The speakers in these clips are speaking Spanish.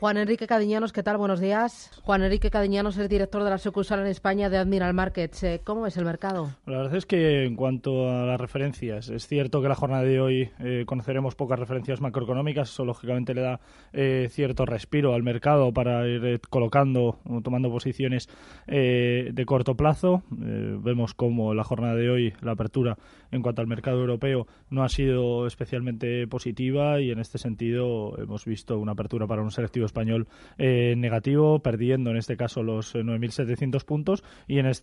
Juan Enrique Cadiñanos, ¿qué tal? Buenos días. Juan Enrique Cadiñanos es director de la sucursal en España de Admiral Markets. ¿Cómo es el mercado? La verdad es que en cuanto a las referencias, es cierto que la jornada de hoy conoceremos pocas referencias macroeconómicas. Eso lógicamente le da cierto respiro al mercado para ir colocando, tomando posiciones de corto plazo. Vemos como la jornada de hoy, la apertura en cuanto al mercado europeo, no ha sido especialmente positiva y en este sentido hemos visto una apertura para un selectivo español negativo, perdiendo en este caso los 9.700 puntos, y en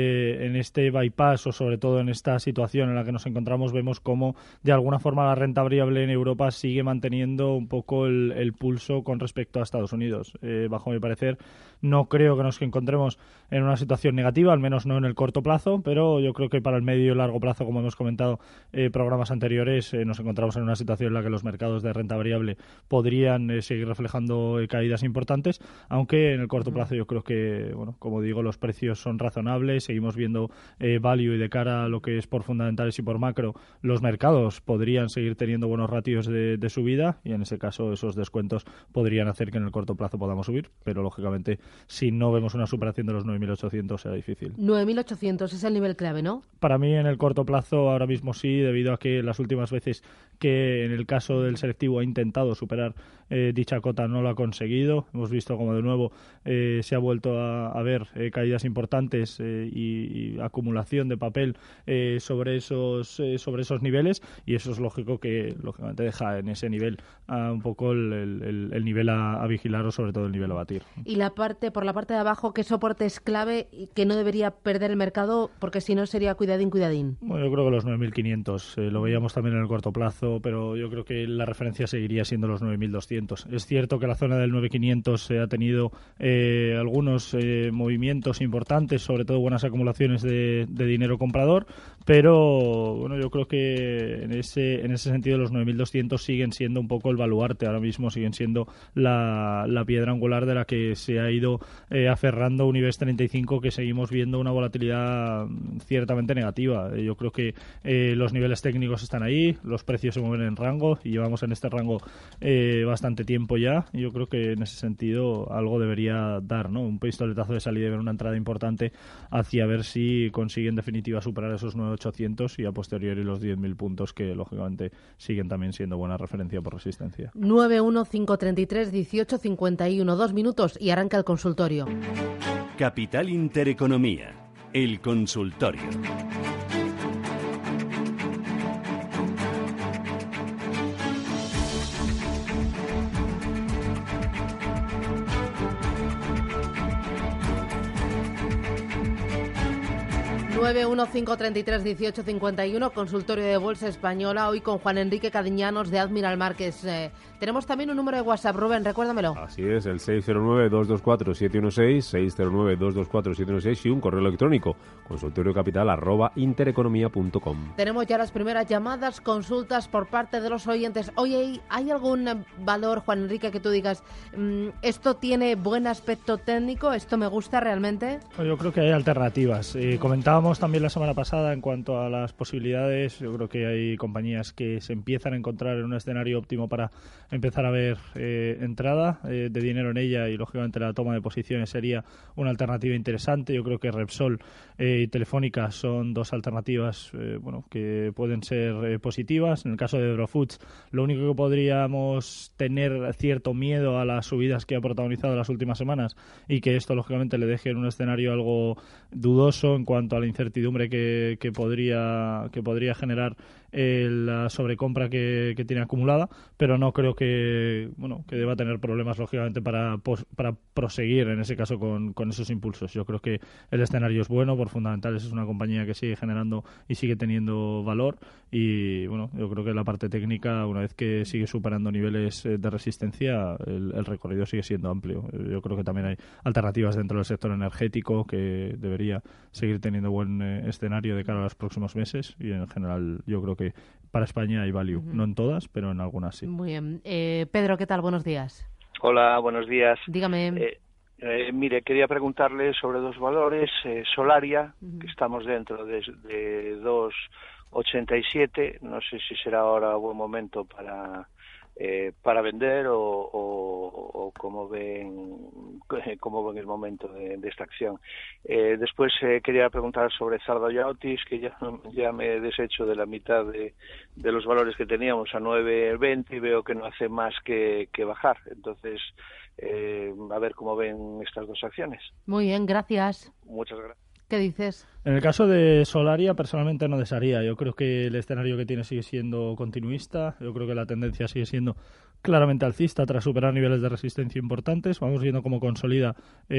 este bypass, o sobre todo en esta situación en la que nos encontramos, vemos cómo de alguna forma la renta variable en Europa sigue manteniendo un poco el pulso con respecto a Estados Unidos. Bajo mi parecer, no creo que nos encontremos en una situación negativa, al menos no en el corto plazo, pero yo creo que para el medio y largo plazo, como hemos comentado programas anteriores, nos encontramos en una situación en la que los mercados de renta variable podrían seguir reflejando caídas importantes, aunque en el corto plazo yo creo que, bueno, como digo, los precios son razonables, seguimos viendo value, y de cara a lo que es por fundamentales y por macro, los mercados podrían seguir teniendo buenos ratios de subida, y en ese caso esos descuentos podrían hacer que en el corto plazo podamos subir, pero lógicamente si no vemos una superación de los 9.800 será difícil. 9.800 es el nivel clave, ¿no? Para mí en el corto plazo ahora mismo sí, debido a que las últimas veces que en el caso del selectivo ha intentado superar dicha cota no lo ha conseguido. Hemos visto como de nuevo se ha vuelto a ver caídas importantes y acumulación de papel sobre esos niveles, y eso es lógico que lógicamente deja en ese nivel un poco el nivel a vigilar, o sobre todo el nivel a batir. Y por la parte de abajo, ¿qué soporte es clave y que no debería perder el mercado? Porque si no sería cuidadín. Bueno, yo creo que los 9.500 lo veíamos también en el corto plazo, pero yo creo que la referencia seguiría siendo los 9.200. Es cierto que la zona del 9.500 ha tenido algunos movimientos importantes, sobre todo buenas acumulaciones de dinero comprador, pero bueno, yo creo que en ese sentido los 9.200 siguen siendo un poco el baluarte ahora mismo, siguen siendo la piedra angular de la que se ha ido aferrando un IBEX 35, que seguimos viendo una volatilidad ciertamente negativa. Yo creo que los niveles técnicos están ahí, los precios se mueven en rango y llevamos en este rango bastante tiempo ya, y yo creo que en ese sentido algo debería dar, ¿no? Un pistoletazo de salida y ver una entrada importante hacia ver si consigue en definitiva superar esos 9.800 y a posteriori los 10.000 puntos, que lógicamente siguen también siendo buena referencia por resistencia. 915331851, 2 minutos y arranca el consultorio. Capital Intereconomía, el consultorio. 915331851, consultorio de Bolsa Española, hoy con Juan Enrique Cadiñanos de Admiral Markets. Tenemos también un número de WhatsApp, Rubén, recuérdamelo. Así es, el 609-224-716, 609-224-716 y un correo electrónico, consultoriocapital@intereconomia.com. Tenemos ya las primeras llamadas, consultas por parte de los oyentes. Oye, ¿hay algún valor, Juan Enrique, que tú digas, esto tiene buen aspecto técnico, esto me gusta realmente? Yo creo que hay alternativas. Comentábamos también la semana pasada en cuanto a las posibilidades. Yo creo que hay compañías que se empiezan a encontrar en un escenario óptimo para empezar a ver entrada de dinero en ella, y lógicamente la toma de posiciones sería una alternativa interesante. Yo creo que Repsol y Telefónica son dos alternativas que pueden ser positivas. En el caso de Eurofoods, lo único que podríamos tener cierto miedo a las subidas que ha protagonizado las últimas semanas, y que esto lógicamente le deje en un escenario algo dudoso en cuanto a la incertidumbre que podría generar la sobrecompra que tiene acumulada, pero no creo que deba tener problemas lógicamente para proseguir en ese caso con esos impulsos. Yo creo que el escenario es bueno, por fundamentales es una compañía que sigue generando y sigue teniendo valor, y bueno, yo creo que la parte técnica, una vez que sigue superando niveles de resistencia, el recorrido sigue siendo amplio. Yo creo que también hay alternativas dentro del sector energético que debería seguir teniendo buen escenario de cara a los próximos meses, y en general yo creo que para España hay value, no en todas, pero en algunas sí. Muy bien. Pedro, ¿qué tal? Buenos días. Hola, buenos días. Dígame. Mire, quería preguntarle sobre dos valores. Solaria, que estamos dentro de 2,87. No sé si será ahora buen momento para para vender o cómo ven el momento de esta acción. Después quería preguntar sobre Zardoz y Otis, que ya me he deshecho de la mitad de los valores que teníamos a 9.20 y veo que no hace más que bajar. Entonces, a ver cómo ven estas dos acciones. Muy bien, gracias. Muchas gracias. ¿Qué dices? En el caso de Solaria, personalmente no desharía. Yo creo que el escenario que tiene sigue siendo continuista. Yo creo que la tendencia sigue siendo claramente alcista tras superar niveles de resistencia importantes. Vamos viendo cómo consolida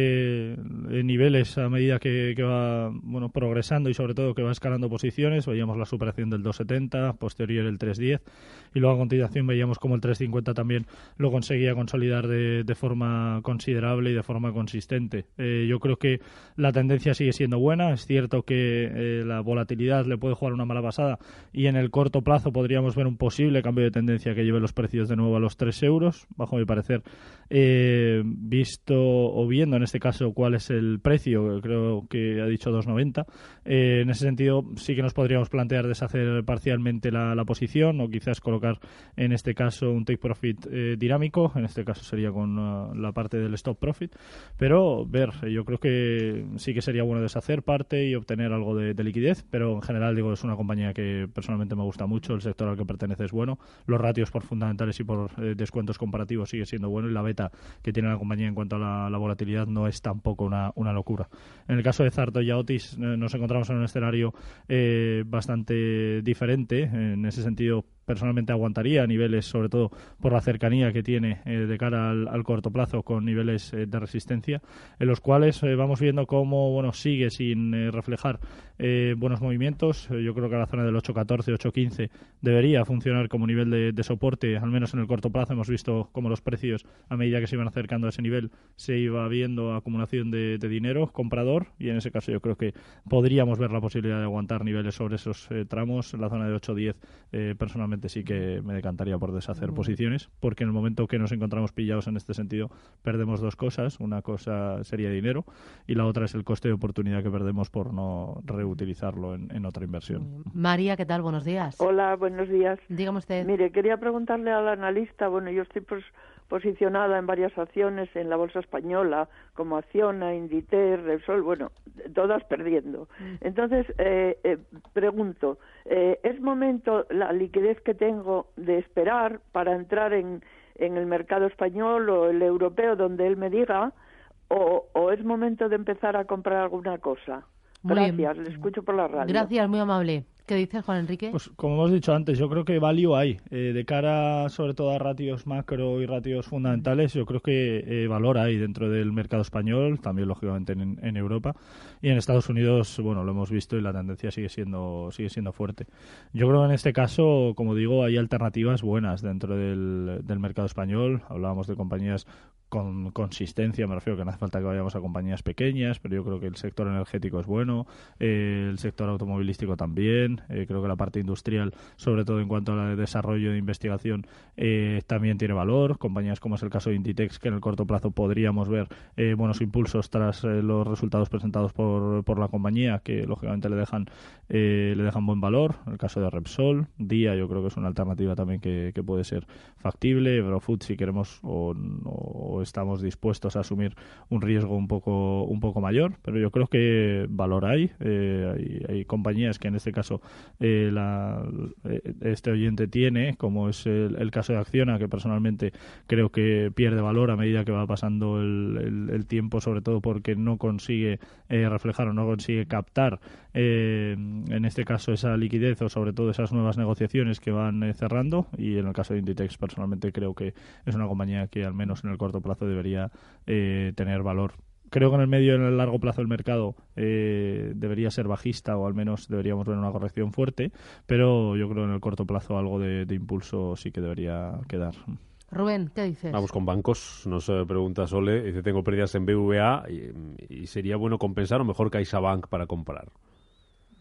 niveles a medida que va progresando y sobre todo que va escalando posiciones. Veíamos la superación del 2.70, posterior el 3.10 y luego a continuación veíamos cómo el 3.50 también lo conseguía consolidar de forma considerable y de forma consistente. Yo creo que la tendencia sigue siendo buena. Es cierto que la volatilidad le puede jugar una mala pasada y en el corto plazo podríamos ver un posible cambio de tendencia que lleve los precios de nuevo a los 3 euros, bajo mi parecer, visto o viendo en este caso cuál es el precio, creo que ha dicho 2,90. En ese sentido sí que nos podríamos plantear deshacer parcialmente la posición o quizás colocar en este caso un take profit dinámico, en este caso sería con la parte del stop profit, pero yo creo que sí que sería bueno deshacer parte y obtener algo de liquidez, pero en general digo, es una compañía que personalmente me gusta mucho, el sector al que pertenece es bueno, los ratios por fundamentales y por descuentos comparativos sigue siendo bueno y la beta que tiene la compañía en cuanto a la volatilidad no es tampoco una locura. En el caso de Zardoz y Otis nos encontramos en un escenario bastante diferente. En ese sentido, personalmente aguantaría a niveles, sobre todo por la cercanía que tiene de cara al corto plazo con niveles de resistencia, en los cuales vamos viendo cómo sigue sin reflejar buenos movimientos. Yo creo que la zona del 8.14, 8.15 debería funcionar como nivel de soporte, al menos en el corto plazo. Hemos visto cómo los precios, a medida que se iban acercando a ese nivel, se iba viendo acumulación de dinero comprador, y en ese caso yo creo que podríamos ver la posibilidad de aguantar niveles sobre esos tramos. En la zona de 8.10 personalmente sí que me decantaría por deshacer posiciones, porque en el momento que nos encontramos pillados en este sentido perdemos dos cosas. Una cosa sería dinero y la otra es el coste de oportunidad que perdemos por no reutilizarlo en otra inversión. María, ¿qué tal? Buenos días. Hola, buenos días. Dígame usted. Mire, quería preguntarle al analista, yo estoy posicionada en varias acciones en la bolsa española, como Acciona, Inditex, Repsol, todas perdiendo. Entonces, pregunto, ¿es momento, la liquidez que tengo, de esperar para entrar en el mercado español o el europeo, donde él me diga, o es momento de empezar a comprar alguna cosa? Gracias, le escucho por la radio. Gracias, muy amable. ¿Qué dices, Juan Enrique? Pues como hemos dicho antes, yo creo que value hay. De cara sobre todo a ratios macro y ratios fundamentales, yo creo que valor hay dentro del mercado español, también lógicamente en Europa. Y en Estados Unidos, lo hemos visto y la tendencia sigue siendo fuerte. Yo creo que en este caso, como digo, hay alternativas buenas dentro del mercado español. Hablábamos de compañías con consistencia, me refiero que no hace falta que vayamos a compañías pequeñas, pero yo creo que el sector energético es bueno, el sector automovilístico también, creo que la parte industrial, sobre todo en cuanto al desarrollo de investigación, también tiene valor. Compañías como es el caso de Inditex, que en el corto plazo podríamos ver buenos impulsos tras los resultados presentados por la compañía, que lógicamente le dejan buen valor. En el caso de Repsol, Día, yo creo que es una alternativa también que puede ser factible. Eurofood, si queremos o estamos dispuestos a asumir un riesgo un poco mayor, pero yo creo que valor hay. Hay compañías que en este caso este oyente tiene, como es el caso de Acciona, que personalmente creo que pierde valor a medida que va pasando el tiempo, sobre todo porque no consigue reflejar o no consigue captar en este caso esa liquidez o sobre todo esas nuevas negociaciones que van cerrando. Y en el caso de Inditex, personalmente creo que es una compañía que al menos en el corto plazo debería tener valor. Creo que en el medio y en el largo plazo el mercado debería ser bajista, o al menos deberíamos ver una corrección fuerte, pero yo creo que en el corto plazo algo de impulso sí que debería quedar. Rubén, ¿qué dices? Vamos con bancos. Nos pregunta Sole, dice: tengo pérdidas en BBVA y sería bueno compensar, o mejor CaixaBank para comprar.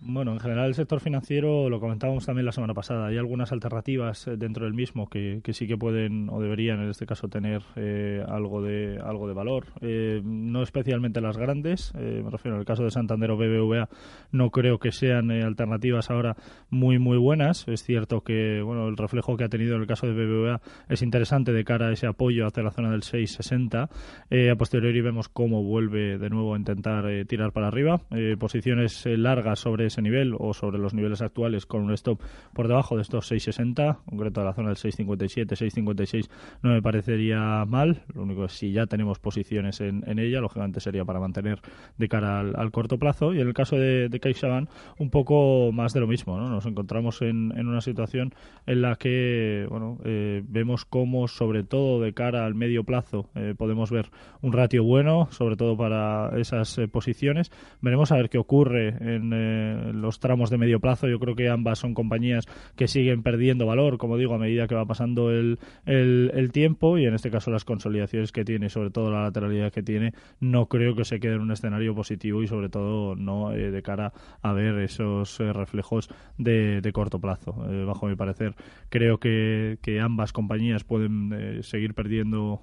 Bueno, en general el sector financiero, lo comentábamos también la semana pasada, hay algunas alternativas dentro del mismo que sí que pueden o deberían en este caso tener algo de valor. No especialmente las grandes, me refiero al caso de Santander o BBVA, no creo que sean alternativas ahora muy buenas. Es cierto que bueno, el reflejo que ha tenido en el caso de BBVA es interesante de cara a ese apoyo hacia la zona del 6,60. A posteriori vemos cómo vuelve de nuevo a intentar tirar para arriba. Posiciones largas sobre ese nivel o sobre los niveles actuales con un stop por debajo de estos 6,60, en concreto de la zona del 6,57, 6,56 no me parecería mal. Lo único es si ya tenemos posiciones en ella, lógicamente sería para mantener de cara al corto plazo. Y en el caso de CaixaBank un poco más de lo mismo, ¿no? Nos encontramos en una situación en la que bueno, vemos cómo sobre todo de cara al medio plazo podemos ver un ratio bueno, sobre todo para esas posiciones. Veremos a ver qué ocurre en los tramos de medio plazo. Yo creo que ambas son compañías que siguen perdiendo valor, como digo, a medida que va pasando el tiempo, y en este caso las consolidaciones que tiene, sobre todo la lateralidad que tiene, no creo que se quede en un escenario positivo y sobre todo no de cara a ver esos reflejos de corto plazo. Bajo mi parecer, creo que ambas compañías pueden seguir perdiendo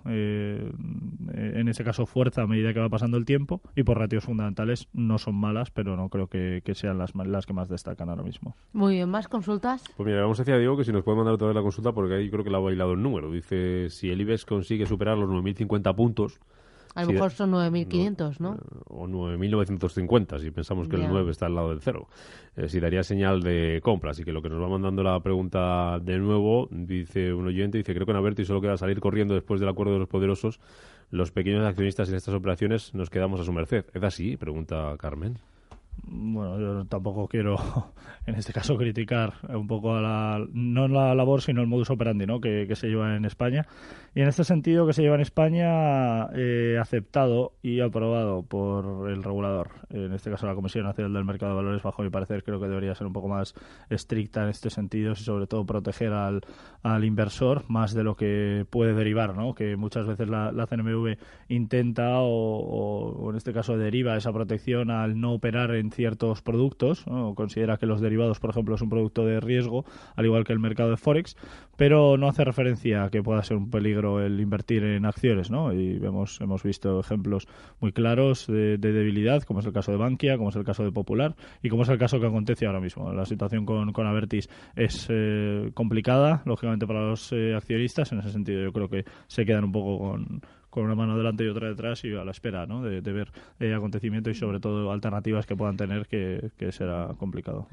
en ese caso fuerza a medida que va pasando el tiempo, y por ratios fundamentales no son malas, pero no creo que sean las que más destacan ahora mismo. Muy bien, ¿más consultas? Pues mira, vamos a decir a Diego que si nos puede mandar otra vez la consulta, porque ahí creo que le ha bailado el número. Dice, si el IBEX consigue superar los 9.050 puntos... A lo mejor son 9.500, ¿no? O 9.950, si pensamos que el 9 está al lado del 0. Si daría señal de compra. Así que lo que nos va mandando la pregunta de nuevo, dice un oyente, dice, creo que en Abertis solo queda salir corriendo después del acuerdo de los poderosos. Los pequeños accionistas en estas operaciones nos quedamos a su merced. ¿Es así? Pregunta Carmen. Bueno, yo tampoco quiero en este caso criticar un poco no la labor sino el modus operandi, ¿no? que se lleva en España, y en este sentido que se lleva en España aceptado y aprobado por el regulador, en este caso la Comisión Nacional del Mercado de Valores. Bajo mi parecer creo que debería ser un poco más estricta en este sentido y sobre todo proteger al inversor más de lo que puede derivar, ¿no? Que muchas veces la CNMV intenta o en este caso deriva esa protección al no operar en ciertos productos, ¿no? Considera que los derivados, por ejemplo, es un producto de riesgo, al igual que el mercado de Forex, pero no hace referencia a que pueda ser un peligro el invertir en acciones, ¿no? Y hemos visto ejemplos muy claros de debilidad, como es el caso de Bankia, como es el caso de Popular y como es el caso que acontece ahora mismo. La situación con Abertis es complicada, lógicamente, para los accionistas. En ese sentido, yo creo que se quedan un poco con una mano delante y otra detrás y a la espera, ¿no? de ver acontecimientos y sobre todo alternativas que puedan tener, que será complicado.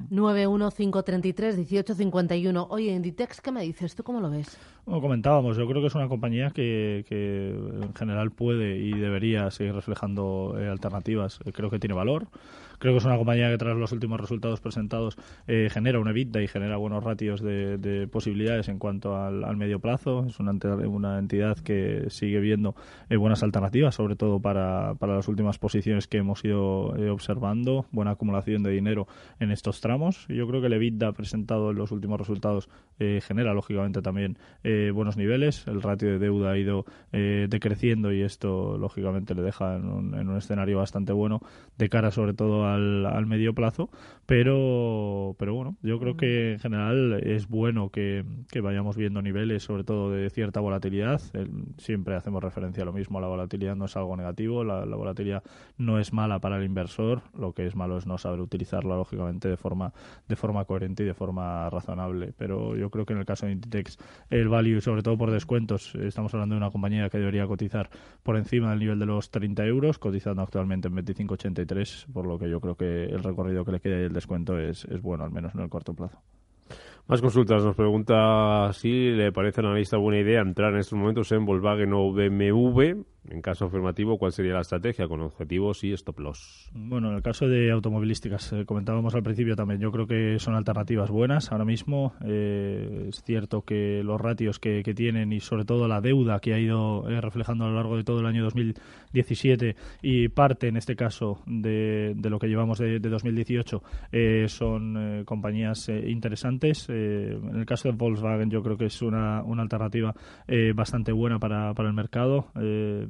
915331851. Oye, Inditex, ¿qué me dices? ¿Tú cómo lo ves? Como comentábamos, yo creo que es una compañía que en general puede y debería seguir reflejando alternativas. Creo que tiene valor. Creo que es una compañía que tras los últimos resultados presentados genera un EBITDA y genera buenos ratios de posibilidades en cuanto al medio plazo. Es una entidad que sigue viendo buenas alternativas, sobre todo para las últimas posiciones que hemos ido observando. Buena acumulación de dinero en estos tramos. Y yo creo que el EBITDA presentado en los últimos resultados genera, lógicamente, también buenos niveles. El ratio de deuda ha ido decreciendo y esto, lógicamente, le deja en un escenario bastante bueno de cara, sobre todo, al medio plazo, pero bueno, yo creo que en general es bueno que vayamos viendo niveles, sobre todo de cierta volatilidad. Siempre hacemos referencia a lo mismo, la volatilidad no es algo negativo, la volatilidad no es mala para el inversor, lo que es malo es no saber utilizarla, lógicamente, de forma coherente y de forma razonable. Pero yo creo que en el caso de Inditex, el value, sobre todo por descuentos, estamos hablando de una compañía que debería cotizar por encima del nivel de los 30 euros, cotizando actualmente en 25,83, por lo que yo creo que el recorrido que le queda y el descuento es bueno, al menos en el corto plazo. Más consultas. Nos pregunta si le parece a un analista buena idea entrar en estos momentos en Volkswagen o BMW. En caso afirmativo, ¿cuál sería la estrategia con objetivos y stop loss? Bueno, en el caso de automovilísticas, comentábamos al principio también, yo creo que son alternativas buenas ahora mismo. Es cierto que los ratios que tienen y sobre todo la deuda que ha ido reflejando a lo largo de todo el año 2017 y parte, en este caso, de lo que llevamos de 2018, son compañías interesantes. En el caso de Volkswagen, yo creo que es una alternativa bastante buena para el mercado. En el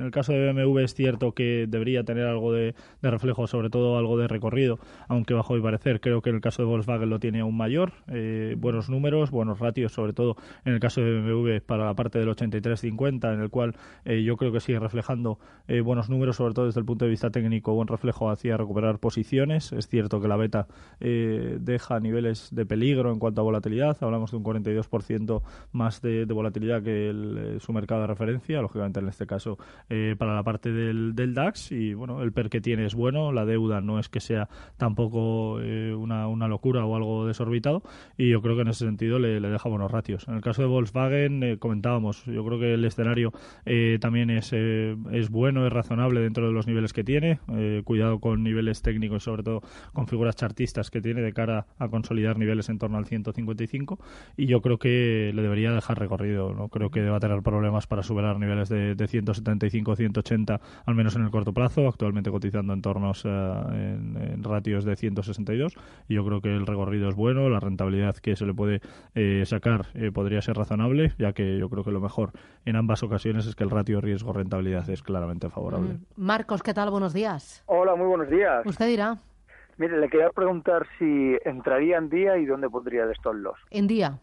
el caso de BMW es cierto que debería tener algo de reflejo, sobre todo algo de recorrido, aunque bajo mi parecer creo que en el caso de Volkswagen lo tiene aún mayor. Buenos números, buenos ratios, sobre todo en el caso de BMW para la parte del 83-50, en el cual yo creo que sigue reflejando buenos números, sobre todo desde el punto de vista técnico, buen reflejo hacia recuperar posiciones. Es cierto que la beta deja niveles de peligro en cuanto a volatilidad, hablamos de un 42% más de volatilidad que su mercado de referencia, lógicamente en este caso para la parte del DAX, y bueno, el PER que tiene es bueno, la deuda no es que sea tampoco una locura o algo desorbitado, y yo creo que en ese sentido le deja buenos ratios. En el caso de Volkswagen comentábamos, yo creo que el escenario también es bueno, es razonable dentro de los niveles que tiene, cuidado con niveles técnicos y sobre todo con figuras chartistas que tiene de cara a consolidar niveles en torno al 155, y yo creo que le debería dejar recorrido, no creo que deba tener problemas para superar niveles de 175, 180, al menos en el corto plazo, actualmente cotizando en tornos en ratios de 162, y yo creo que el recorrido es bueno, la rentabilidad que se le puede sacar podría ser razonable, ya que yo creo que lo mejor en ambas ocasiones es que el ratio riesgo-rentabilidad es claramente favorable. Marcos, ¿qué tal? Buenos días. Hola, muy buenos días. Usted dirá. Mire, le quería preguntar si entraría en día y dónde pondría de stop loss. En día.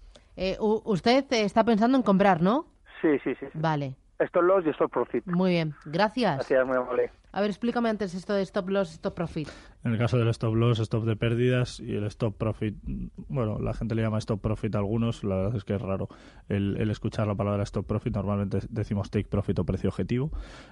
Usted está pensando en comprar, ¿no? Sí. Vale. Stop loss y stop profit. Muy bien, gracias. Gracias, muy amable. A ver, explícame antes esto de stop loss, stop profit. En el caso del stop loss, stop de pérdidas, y el stop profit, bueno, la gente le llama stop profit a algunos, la verdad es que es raro el escuchar la palabra stop profit, normalmente decimos take profit o precio objetivo.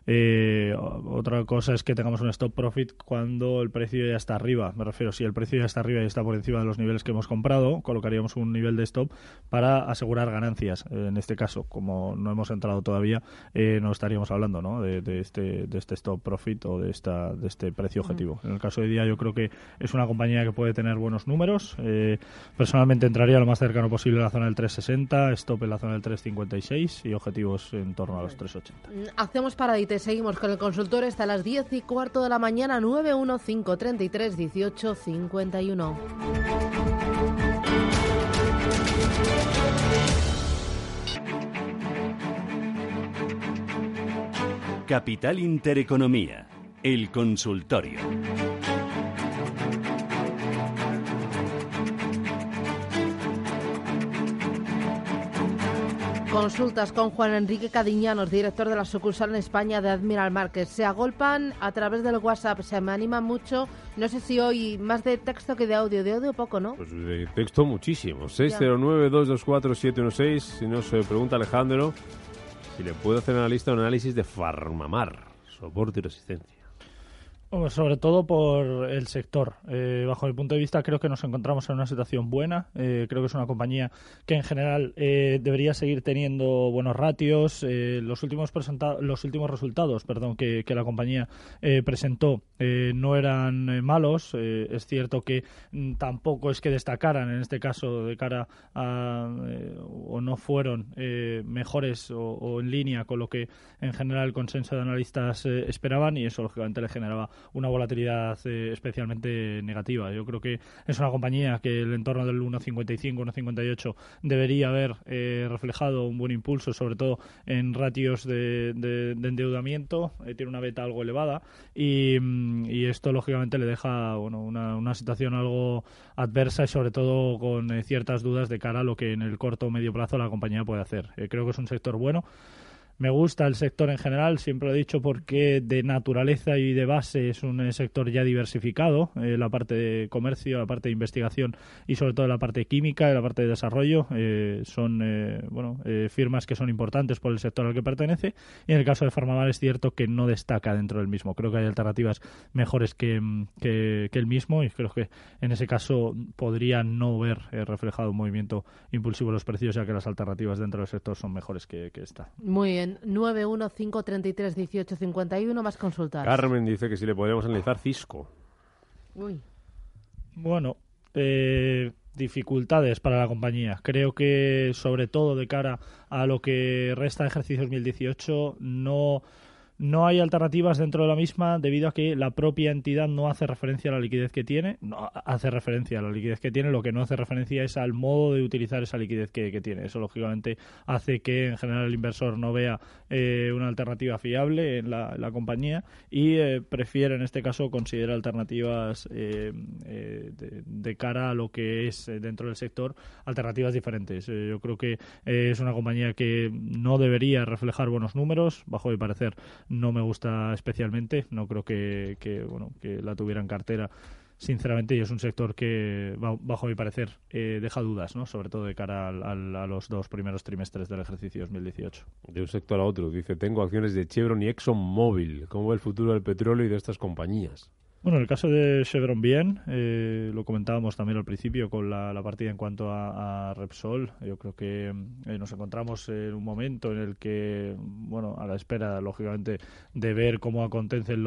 Otra cosa es que tengamos un stop profit cuando el precio ya está arriba, me refiero, si el precio ya está arriba y está por encima de los niveles que hemos comprado, colocaríamos un nivel de stop para asegurar ganancias. En este caso, como no hemos entrado todavía, no estaríamos hablando, ¿no?, de este stop profit o de este precio objetivo. En el caso de día yo creo que es una compañía que puede tener buenos números. Personalmente entraría lo más cercano posible a la zona del 360, stop en la zona del 356 y objetivos en torno a los 380. Hacemos paradita y seguimos con el consultorio hasta las 10:15 de la mañana, 915331851. Capital Intereconomía, el consultorio. Consultas con Juan Enrique Cadiñanos, director de la sucursal en España de Admiral Markets. Se agolpan a través del WhatsApp, se me anima mucho. No sé si hoy más de texto que de audio poco, ¿no? Pues de texto muchísimo. 609-224-716. Si no, se pregunta Alejandro si le puedo hacer un análisis de Farmamar, soporte y resistencia. Sobre todo por el sector. Bajo mi punto de vista creo que nos encontramos en una situación buena. Creo que es una compañía que en general debería seguir teniendo buenos ratios. Los últimos resultados que la compañía presentó no eran malos. Es cierto que tampoco es que destacaran en este caso de cara a o no fueron mejores o en línea con lo que en general el consenso de analistas esperaban, y eso lógicamente le generaba una volatilidad especialmente negativa. Yo creo que es una compañía que el entorno del 1,55, 1,58 debería haber reflejado un buen impulso, sobre todo en ratios de endeudamiento. Tiene una beta algo elevada y esto lógicamente le deja una situación algo adversa y sobre todo con ciertas dudas de cara a lo que en el corto o medio plazo la compañía puede hacer. Creo que es un sector bueno. Me gusta el sector en general, siempre lo he dicho, porque de naturaleza y de base es un sector ya diversificado. La parte de comercio, la parte de investigación y sobre todo la parte química y la parte de desarrollo son firmas que son importantes por el sector al que pertenece. Y en el caso de Farmamar es cierto que no destaca dentro del mismo. Creo que hay alternativas mejores que el mismo, y creo que en ese caso podría no ver reflejado un movimiento impulsivo de los precios, ya que las alternativas dentro del sector son mejores que esta. Muy bien. 915331851, más consultas. Carmen dice que si le podríamos analizar Cisco. Uy. Bueno, dificultades para la compañía. Creo que sobre todo de cara a lo que resta de ejercicio 2018 no no hay alternativas dentro de la misma debido a que la propia entidad no hace referencia a la liquidez que tiene, no hace referencia a la liquidez que tiene, lo que no hace referencia es al modo de utilizar esa liquidez que tiene. Eso, lógicamente, hace que en general el inversor no vea una alternativa fiable en la compañía y prefiere, en este caso, considerar alternativas de cara a lo que es dentro del sector, alternativas diferentes. Yo creo que es una compañía que no debería reflejar buenos números, bajo mi parecer no me gusta especialmente, no creo que la tuviera en cartera sinceramente, y es un sector que, bajo mi parecer, deja dudas, ¿no? Sobre todo de cara a los 2 primeros trimestres del ejercicio 2018. De un sector a otro, dice, tengo acciones de Chevron y ExxonMobil. ¿Cómo ve el futuro del petróleo y de estas compañías? Bueno, en el caso de Chevron bien, lo comentábamos también al principio con la partida en cuanto a Repsol. Yo creo que nos encontramos en un momento en el que, bueno, a la espera, lógicamente, de ver cómo acontecen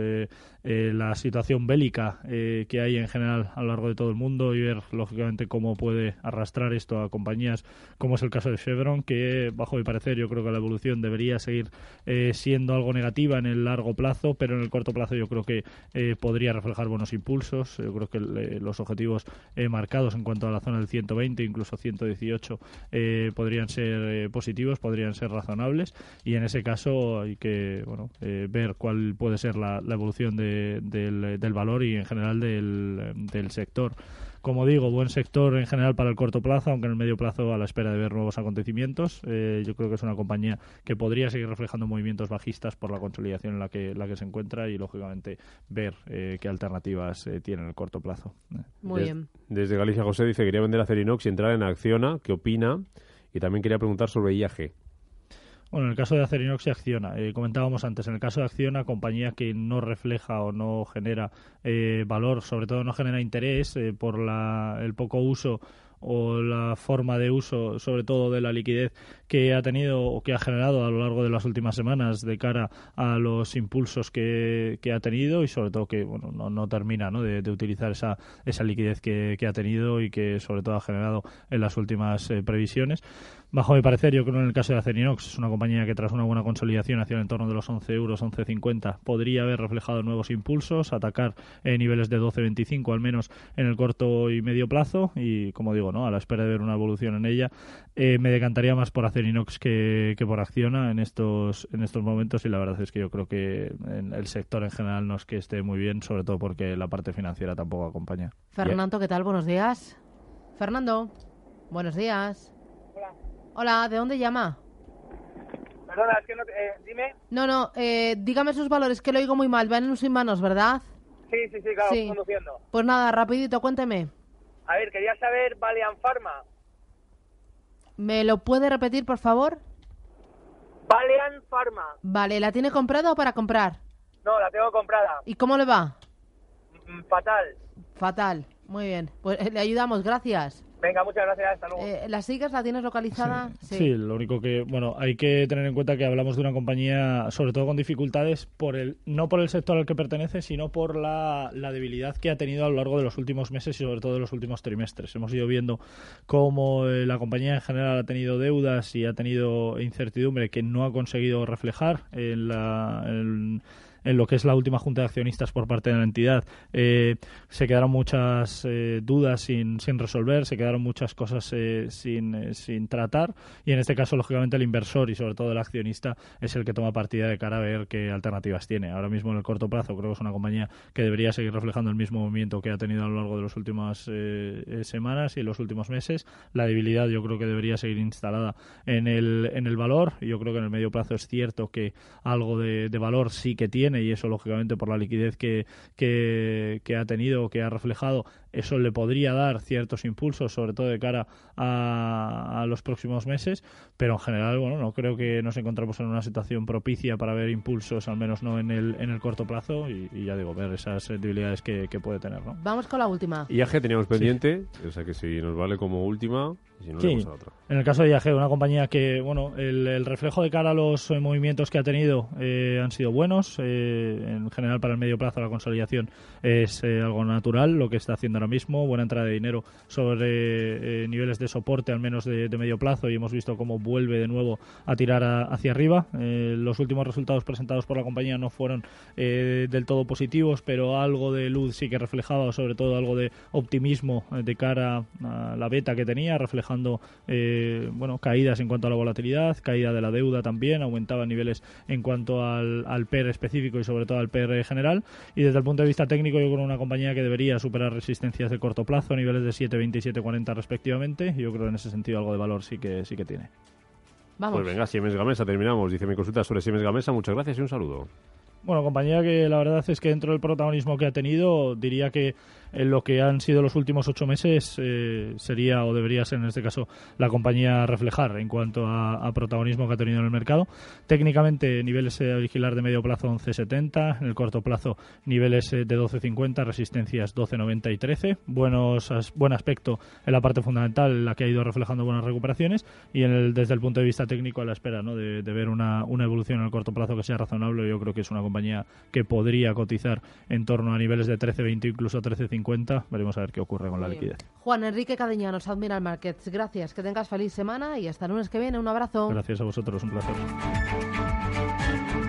la situación bélica que hay en general a lo largo de todo el mundo y ver, lógicamente, cómo puede arrastrar esto a compañías como es el caso de Chevron, que, bajo mi parecer, yo creo que la evolución debería seguir siendo algo negativa en el largo plazo, pero en el corto plazo yo creo que podría reflejar buenos impulsos. Yo creo que los objetivos marcados en cuanto a la zona del 120, incluso 118, podrían ser positivos, podrían ser razonables, y en ese caso hay que ver cuál puede ser la evolución del valor y en general del sector. Como digo, buen sector en general para el corto plazo, aunque en el medio plazo, a la espera de ver nuevos acontecimientos. Yo creo que es una compañía que podría seguir reflejando movimientos bajistas por la consolidación en la que se encuentra y, lógicamente, ver qué alternativas tiene en el corto plazo. Muy bien. Desde Galicia, José dice, quería vender Acerinox y entrar en Acciona. ¿Qué opina? Y también quería preguntar sobre IAG. Bueno, en el caso de Acerinox y Acciona, comentábamos antes, en el caso de Acciona, compañía que no refleja o no genera valor, sobre todo no genera interés por el poco uso o la forma de uso, sobre todo de la liquidez que ha tenido o que ha generado a lo largo de las últimas semanas de cara a los impulsos que ha tenido y sobre todo que no termina, ¿no? de utilizar esa liquidez que ha tenido y que sobre todo ha generado en las últimas previsiones. Bajo mi parecer, yo creo que en el caso de Acerinox es una compañía que tras una buena consolidación hacia el entorno de los 11 euros, 11,50, podría haber reflejado nuevos impulsos, atacar niveles de 12,25 al menos en el corto y medio plazo y, como digo, a la espera de ver una evolución en ella, me decantaría más por Acerinox que por Acciona en estos momentos, y la verdad es que yo creo que el sector en general no es que esté muy bien, sobre todo porque la parte financiera tampoco acompaña. Fernando, ¿qué tal? Buenos días. Fernando, buenos días. Hola, ¿de dónde llama? Perdona, es que no... dime. No, dígame sus valores, que lo oigo muy mal. Van sin manos, ¿verdad? Sí, claro, sí. Conduciendo. Pues nada, rapidito, cuénteme. A ver, quería saber Valeant Pharma. ¿Me lo puede repetir, por favor? Valeant Pharma. Vale, ¿la tiene comprada o para comprar? No, la tengo comprada. ¿Y cómo le va? Fatal. Muy bien. Pues le ayudamos, gracias. Venga, muchas gracias, hasta luego. ¿La sigues? ¿La tienes localizada? Sí, lo único que, hay que tener en cuenta que hablamos de una compañía, sobre todo con dificultades, no por el sector al que pertenece, sino por la debilidad que ha tenido a lo largo de los últimos meses y sobre todo de los últimos trimestres. Hemos ido viendo cómo la compañía en general ha tenido deudas y ha tenido incertidumbre que no ha conseguido reflejar en lo que es la última junta de accionistas por parte de la entidad. Se quedaron muchas dudas sin resolver, se quedaron muchas cosas sin tratar, y en este caso, lógicamente, el inversor y sobre todo el accionista es el que toma partida de cara a ver qué alternativas tiene. Ahora mismo, en el corto plazo, creo que es una compañía que debería seguir reflejando el mismo movimiento que ha tenido a lo largo de las últimas semanas y los últimos meses. La debilidad yo creo que debería seguir instalada en el valor, y yo creo que en el medio plazo es cierto que algo de valor sí que tiene, y eso, lógicamente, por la liquidez que ha tenido, que ha reflejado, eso le podría dar ciertos impulsos, sobre todo de cara a los próximos meses, pero en general, no creo que nos encontramos en una situación propicia para ver impulsos, al menos no en el corto plazo, y ya digo, ver esas debilidades que puede tener, ¿no? Vamos con la última. IAG teníamos pendiente, o sea que si nos vale como última, y si no, le vamos a otra. En el caso de IAG, una compañía que, el reflejo de cara a los movimientos que ha tenido han sido buenos. En general, para el medio plazo, la consolidación es algo natural, lo que está haciendo ahora mismo, buena entrada de dinero sobre niveles de soporte, al menos de medio plazo, y hemos visto cómo vuelve de nuevo a tirar hacia arriba. Los últimos resultados presentados por la compañía no fueron del todo positivos, pero algo de luz sí que reflejaba, sobre todo algo de optimismo de cara a la beta que tenía, reflejando caídas en cuanto a la volatilidad, caída de la deuda también, aumentaba niveles en cuanto al PER específico y sobre todo al PER general. Y desde el punto de vista técnico, yo creo una compañía que debería superar resistencias de corto plazo, niveles de 7.20 y 7.40 respectivamente. Yo creo que en ese sentido algo de valor sí que tiene. Vamos. Pues venga, Siemens Gamesa, terminamos. Dice mi consulta sobre Siemens Gamesa. Muchas gracias y un saludo. Bueno, compañía que la verdad es que dentro del protagonismo que ha tenido, diría que en lo que han sido los últimos 8 meses sería o debería ser en este caso la compañía a reflejar en cuanto a protagonismo que ha tenido en el mercado. Técnicamente, niveles a vigilar de medio plazo 11.70, en el corto plazo niveles de 12.50, resistencias 12.90 y 13. Buen aspecto en la parte fundamental, en la que ha ido reflejando buenas recuperaciones, y desde el punto de vista técnico a la espera, ¿no?, de ver una evolución en el corto plazo que sea razonable. Yo creo que es una compañía que podría cotizar en torno a niveles de 13.20, incluso 13.50. Veremos a ver qué ocurre con la liquidez. Juan Enrique Cadeñanos, Admiral Markets, gracias, que tengas feliz semana y hasta el lunes que viene. Un abrazo. Gracias a vosotros, un placer.